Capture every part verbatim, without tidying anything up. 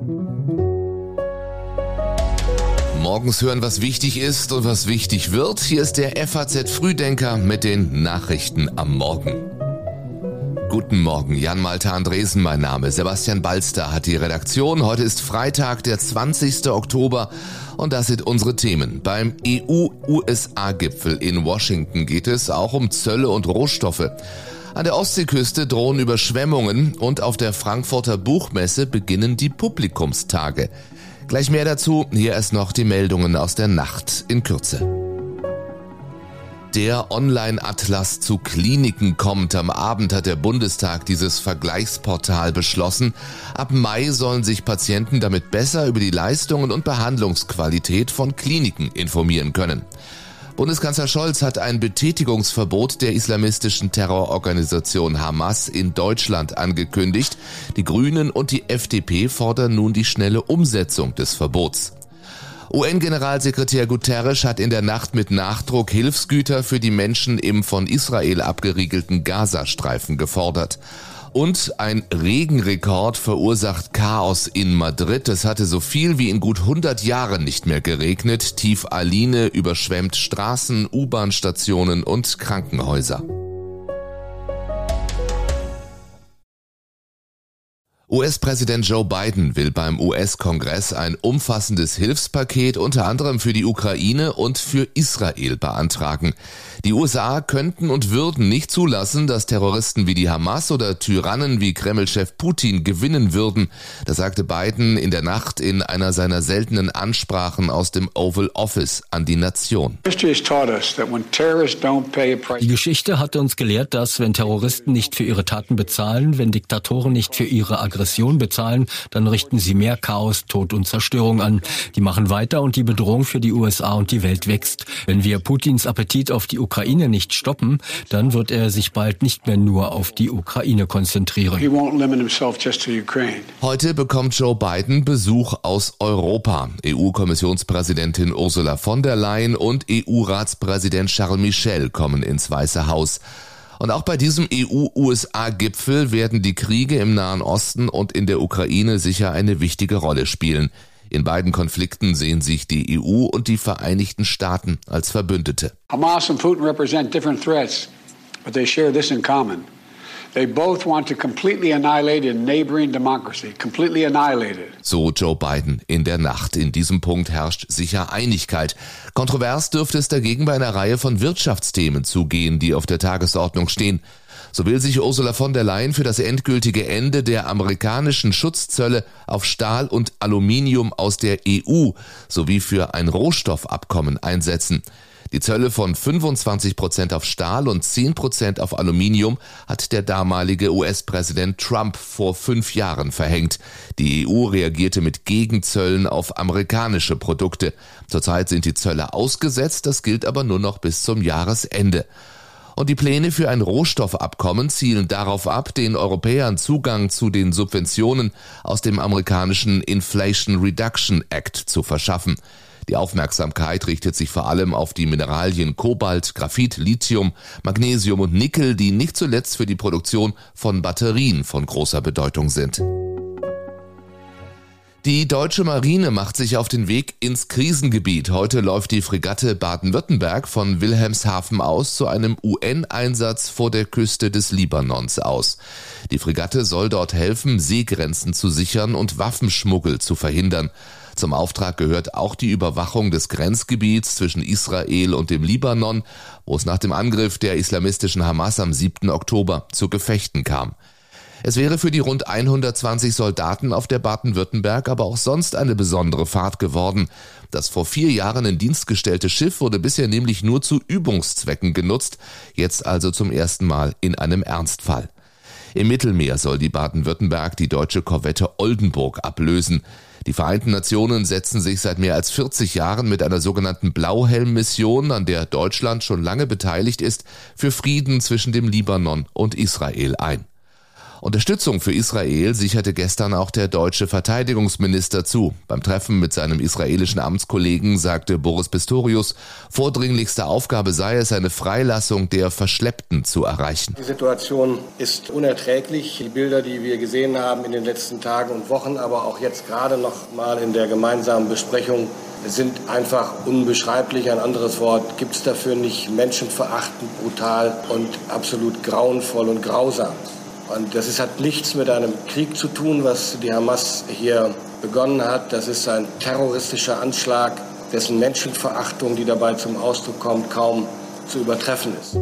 Morgens hören, was wichtig ist und was wichtig wird. Hier ist der F A Z Frühdenker mit den Nachrichten am Morgen. Guten Morgen, Jan-Malte Andresen mein Name. Sebastian Balster hat die Redaktion. Heute ist Freitag, der zwanzigsten Oktober und das sind unsere Themen. Beim E U-U S A-Gipfel in Washington geht es auch um Zölle und Rohstoffe. An der Ostseeküste drohen Überschwemmungen und auf der Frankfurter Buchmesse beginnen die Publikumstage. Gleich mehr dazu, hier erst noch die Meldungen aus der Nacht in Kürze. Der Online-Atlas zu Kliniken kommt. Am Abend hat der Bundestag dieses Vergleichsportal beschlossen. Ab Mai sollen sich Patienten damit besser über die Leistungen und Behandlungsqualität von Kliniken informieren können. Bundeskanzler Scholz hat ein Betätigungsverbot der islamistischen Terrororganisation Hamas in Deutschland angekündigt. Die Grünen und die F D P fordern nun die schnelle Umsetzung des Verbots. U N-Generalsekretär Guterres hat in der Nacht mit Nachdruck Hilfsgüter für die Menschen im von Israel abgeriegelten Gazastreifen gefordert. Und ein Regenrekord verursacht Chaos in Madrid. Es hatte so viel wie in gut hundert Jahren nicht mehr geregnet. Tief-Aline überschwemmt Straßen, U-Bahn-Stationen und Krankenhäuser. U S-Präsident Joe Biden will beim U S-Kongress ein umfassendes Hilfspaket unter anderem für die Ukraine und für Israel beantragen. Die U S A könnten und würden nicht zulassen, dass Terroristen wie die Hamas oder Tyrannen wie Kreml-Chef Putin gewinnen würden. Das sagte Biden in der Nacht in einer seiner seltenen Ansprachen aus dem Oval Office an die Nation. Die Geschichte hat uns gelehrt, dass wenn Terroristen nicht für ihre Taten bezahlen, wenn Diktatoren nicht für ihre Aggression bezahlen, dann richten sie mehr Chaos, Tod und Zerstörung an. Die machen weiter und die Bedrohung für die U S A und die Welt wächst. Wenn wir Putins Appetit auf die Ukraine nicht stoppen, dann wird er sich bald nicht mehr nur auf die Ukraine konzentrieren. Heute bekommt Joe Biden Besuch aus Europa. E U-Kommissionspräsidentin Ursula von der Leyen und E U-Ratspräsident Charles Michel kommen ins Weiße Haus. Und auch bei diesem E U-U S A-Gipfel werden die Kriege im Nahen Osten und in der Ukraine sicher eine wichtige Rolle spielen. In beiden Konflikten sehen sich die E U und die Vereinigten Staaten als Verbündete. Hamas and Putin represent different threats, but they share this in common. They both want to completely annihilate a neighboring democracy, completely annihilate it. So Joe Biden in der Nacht. In diesem Punkt herrscht sicher Einigkeit. Kontrovers dürfte es dagegen bei einer Reihe von Wirtschaftsthemen zugehen, die auf der Tagesordnung stehen. So will sich Ursula von der Leyen für das endgültige Ende der amerikanischen Schutzzölle auf Stahl und Aluminium aus der E U sowie für ein Rohstoffabkommen einsetzen. Die Zölle von fünfundzwanzig Prozent auf Stahl und zehn Prozent auf Aluminium hat der damalige U S-Präsident Trump vor fünf Jahren verhängt. Die E U reagierte mit Gegenzöllen auf amerikanische Produkte. Zurzeit sind die Zölle ausgesetzt, das gilt aber nur noch bis zum Jahresende. Und die Pläne für ein Rohstoffabkommen zielen darauf ab, den Europäern Zugang zu den Subventionen aus dem amerikanischen Inflation Reduction Act zu verschaffen. Die Aufmerksamkeit richtet sich vor allem auf die Mineralien Kobalt, Graphit, Lithium, Magnesium und Nickel, die nicht zuletzt für die Produktion von Batterien von großer Bedeutung sind. Die deutsche Marine macht sich auf den Weg ins Krisengebiet. Heute läuft die Fregatte Baden-Württemberg von Wilhelmshaven aus zu einem U N-Einsatz vor der Küste des Libanons aus. Die Fregatte soll dort helfen, Seegrenzen zu sichern und Waffenschmuggel zu verhindern. Zum Auftrag gehört auch die Überwachung des Grenzgebiets zwischen Israel und dem Libanon, wo es nach dem Angriff der islamistischen Hamas am siebten Oktober zu Gefechten kam. Es wäre für die rund hundertzwanzig Soldaten auf der Baden-Württemberg aber auch sonst eine besondere Fahrt geworden. Das vor vier Jahren in Dienst gestellte Schiff wurde bisher nämlich nur zu Übungszwecken genutzt, jetzt also zum ersten Mal in einem Ernstfall. Im Mittelmeer soll die Baden-Württemberg die deutsche Korvette Oldenburg ablösen. Die Vereinten Nationen setzen sich seit mehr als vierzig Jahren mit einer sogenannten Blauhelm-Mission, an der Deutschland schon lange beteiligt ist, für Frieden zwischen dem Libanon und Israel ein. Unterstützung für Israel sicherte gestern auch der deutsche Verteidigungsminister zu. Beim Treffen mit seinem israelischen Amtskollegen sagte Boris Pistorius, vordringlichste Aufgabe sei es, eine Freilassung der Verschleppten zu erreichen. Die Situation ist unerträglich. Die Bilder, die wir gesehen haben in den letzten Tagen und Wochen, aber auch jetzt gerade noch mal in der gemeinsamen Besprechung, sind einfach unbeschreiblich. Ein anderes Wort gibt es dafür nicht. Menschenverachtend, brutal und absolut grauenvoll und grausam. Und das ist, hat nichts mit einem Krieg zu tun, was die Hamas hier begonnen hat. Das ist ein terroristischer Anschlag, dessen Menschenverachtung, die dabei zum Ausdruck kommt, kaum zu übertreffen ist.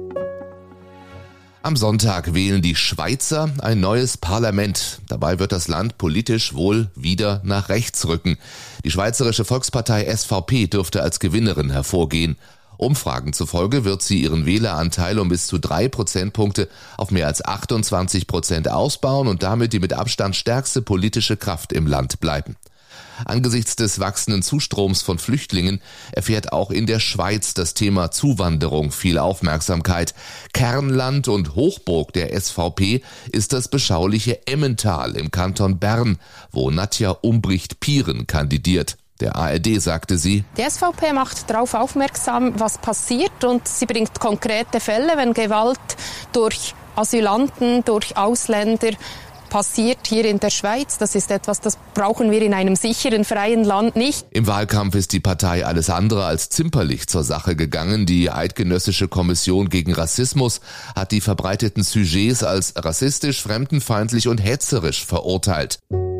Am Sonntag wählen die Schweizer ein neues Parlament. Dabei wird das Land politisch wohl wieder nach rechts rücken. Die Schweizerische Volkspartei S V P dürfte als Gewinnerin hervorgehen. Umfragen zufolge wird sie ihren Wähleranteil um bis zu drei Prozentpunkte auf mehr als achtundzwanzig Prozent ausbauen und damit die mit Abstand stärkste politische Kraft im Land bleiben. Angesichts des wachsenden Zustroms von Flüchtlingen erfährt auch in der Schweiz das Thema Zuwanderung viel Aufmerksamkeit. Kernland und Hochburg der S V P ist das beschauliche Emmental im Kanton Bern, wo Nadja Umbricht-Pieren kandidiert. Der A R D sagte sie: Die S V P macht darauf aufmerksam, was passiert, und sie bringt konkrete Fälle, wenn Gewalt durch Asylanten, durch Ausländer passiert hier in der Schweiz. Das ist etwas, das brauchen wir in einem sicheren, freien Land nicht. Im Wahlkampf ist die Partei alles andere als zimperlich zur Sache gegangen. Die Eidgenössische Kommission gegen Rassismus hat die verbreiteten Sujets als rassistisch, fremdenfeindlich und hetzerisch verurteilt.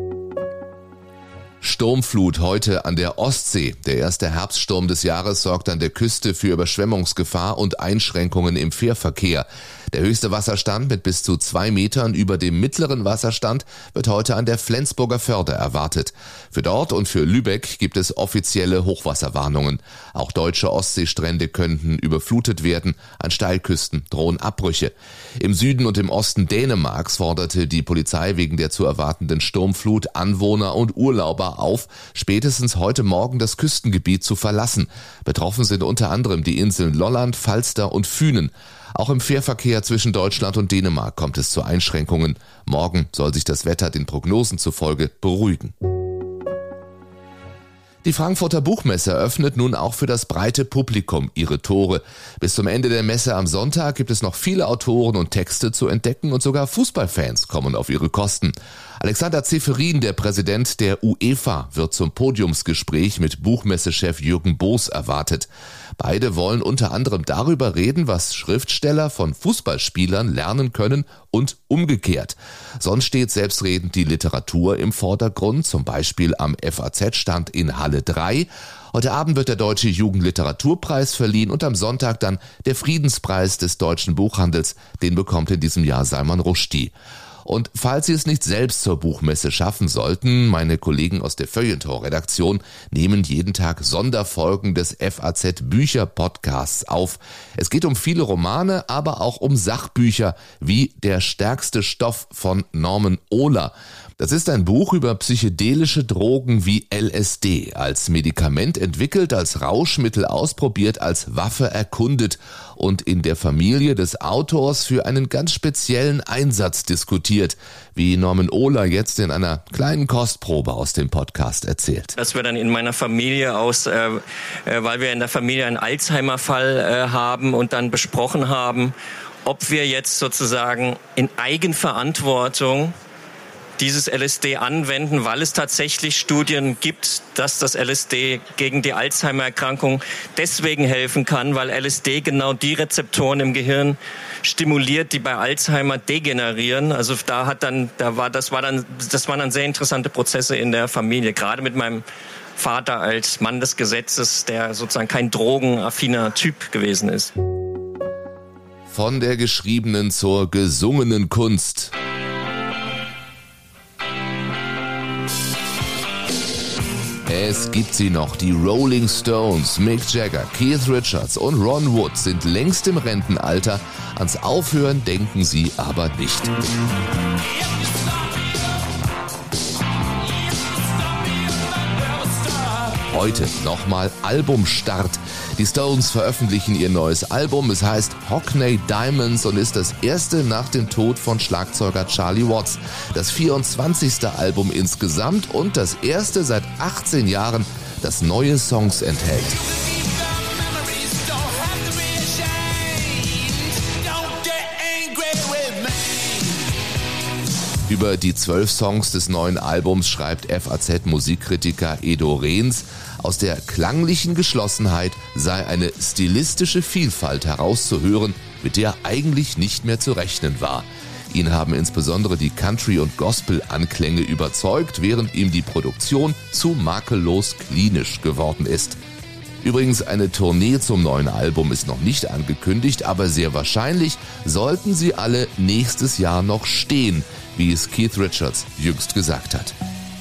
Sturmflut heute an der Ostsee. Der erste Herbststurm des Jahres sorgt an der Küste für Überschwemmungsgefahr und Einschränkungen im Fährverkehr. Der höchste Wasserstand mit bis zu zwei Metern über dem mittleren Wasserstand wird heute an der Flensburger Förde erwartet. Für dort und für Lübeck gibt es offizielle Hochwasserwarnungen. Auch deutsche Ostseestrände könnten überflutet werden. An Steilküsten drohen Abbrüche. Im Süden und im Osten Dänemarks forderte die Polizei wegen der zu erwartenden Sturmflut Anwohner und Urlauber auf, spätestens heute Morgen das Küstengebiet zu verlassen. Betroffen sind unter anderem die Inseln Lolland, Falster und Fünen. Auch im Fährverkehr zwischen Deutschland und Dänemark kommt es zu Einschränkungen. Morgen soll sich das Wetter den Prognosen zufolge beruhigen. Die Frankfurter Buchmesse öffnet nun auch für das breite Publikum ihre Tore. Bis zum Ende der Messe am Sonntag gibt es noch viele Autoren und Texte zu entdecken und sogar Fußballfans kommen auf ihre Kosten. Alexander Zeferin, der Präsident der UEFA, wird zum Podiumsgespräch mit Buchmessechef Jürgen Boos erwartet. Beide wollen unter anderem darüber reden, was Schriftsteller von Fußballspielern lernen können und umgekehrt. Sonst steht selbstredend die Literatur im Vordergrund, zum Beispiel am F A Z-Stand in Halle drei. Heute Abend wird der Deutsche Jugendliteraturpreis verliehen und am Sonntag dann der Friedenspreis des deutschen Buchhandels. Den bekommt in diesem Jahr Salman Rushdie. Und falls Sie es nicht selbst zur Buchmesse schaffen sollten, meine Kollegen aus der Feuilleton-Redaktion nehmen jeden Tag Sonderfolgen des F A Z-Bücher-Podcasts auf. Es geht um viele Romane, aber auch um Sachbücher wie Der stärkste Stoff von Norman Ohler. Das ist ein Buch über psychedelische Drogen wie L S D, als Medikament entwickelt, als Rauschmittel ausprobiert, als Waffe erkundet und in der Familie des Autors für einen ganz speziellen Einsatz diskutiert, wie Norman Ohler jetzt in einer kleinen Kostprobe aus dem Podcast erzählt. Dass wir dann in meiner Familie aus, äh, äh, weil wir in der Familie einen Alzheimer-Fall äh, haben und dann besprochen haben, ob wir jetzt sozusagen in Eigenverantwortung dieses L S D anwenden, weil es tatsächlich Studien gibt, dass das L S D gegen die Alzheimer-Erkrankung deswegen helfen kann, weil L S D genau die Rezeptoren im Gehirn stimuliert, die bei Alzheimer degenerieren. Also da hat dann, da war, das war dann, das waren dann sehr interessante Prozesse in der Familie, gerade mit meinem Vater als Mann des Gesetzes, der sozusagen kein drogenaffiner Typ gewesen ist. Von der geschriebenen zur gesungenen Kunst. Es gibt sie noch, die Rolling Stones, Mick Jagger, Keith Richards und Ron Wood sind längst im Rentenalter. Ans Aufhören denken sie aber nicht. Heute nochmal Albumstart. Die Stones veröffentlichen ihr neues Album. Es heißt Hockney Diamonds und ist das erste nach dem Tod von Schlagzeuger Charlie Watts. Das vierundzwanzigste Album insgesamt und das erste seit achtzehn Jahren, das neue Songs enthält. Über die zwölf Songs des neuen Albums schreibt F A Z-Musikkritiker Edo Rehns, aus der klanglichen Geschlossenheit sei eine stilistische Vielfalt herauszuhören, mit der eigentlich nicht mehr zu rechnen war. Ihn haben insbesondere die Country- und Gospel-Anklänge überzeugt, während ihm die Produktion zu makellos klinisch geworden ist. Übrigens, eine Tournee zum neuen Album ist noch nicht angekündigt, aber sehr wahrscheinlich sollten sie alle nächstes Jahr noch stehen, wie es Keith Richards jüngst gesagt hat.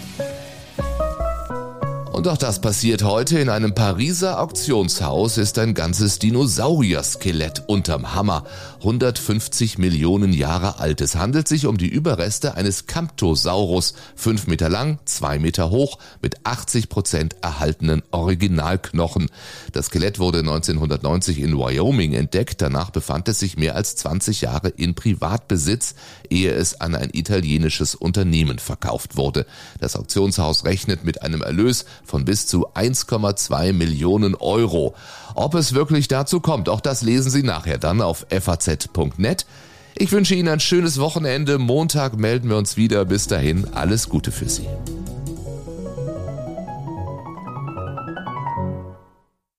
Und auch das passiert heute. In einem Pariser Auktionshaus ist ein ganzes Dinosaurier-Skelett unterm Hammer. hundertfünfzig Millionen Jahre alt. Es handelt sich um die Überreste eines Camptosaurus, fünf Meter lang, zwei Meter hoch, mit achtzig Prozent erhaltenen Originalknochen. Das Skelett wurde neunzehnhundertneunzig in Wyoming entdeckt. Danach befand es sich mehr als zwanzig Jahre in Privatbesitz, ehe es an ein italienisches Unternehmen verkauft wurde. Das Auktionshaus rechnet mit einem Erlös von bis zu eins Komma zwei Millionen Euro. Ob es wirklich dazu kommt, auch das lesen Sie nachher dann auf f a z punkt net. Ich wünsche Ihnen ein schönes Wochenende. Montag melden wir uns wieder. Bis dahin, alles Gute für Sie.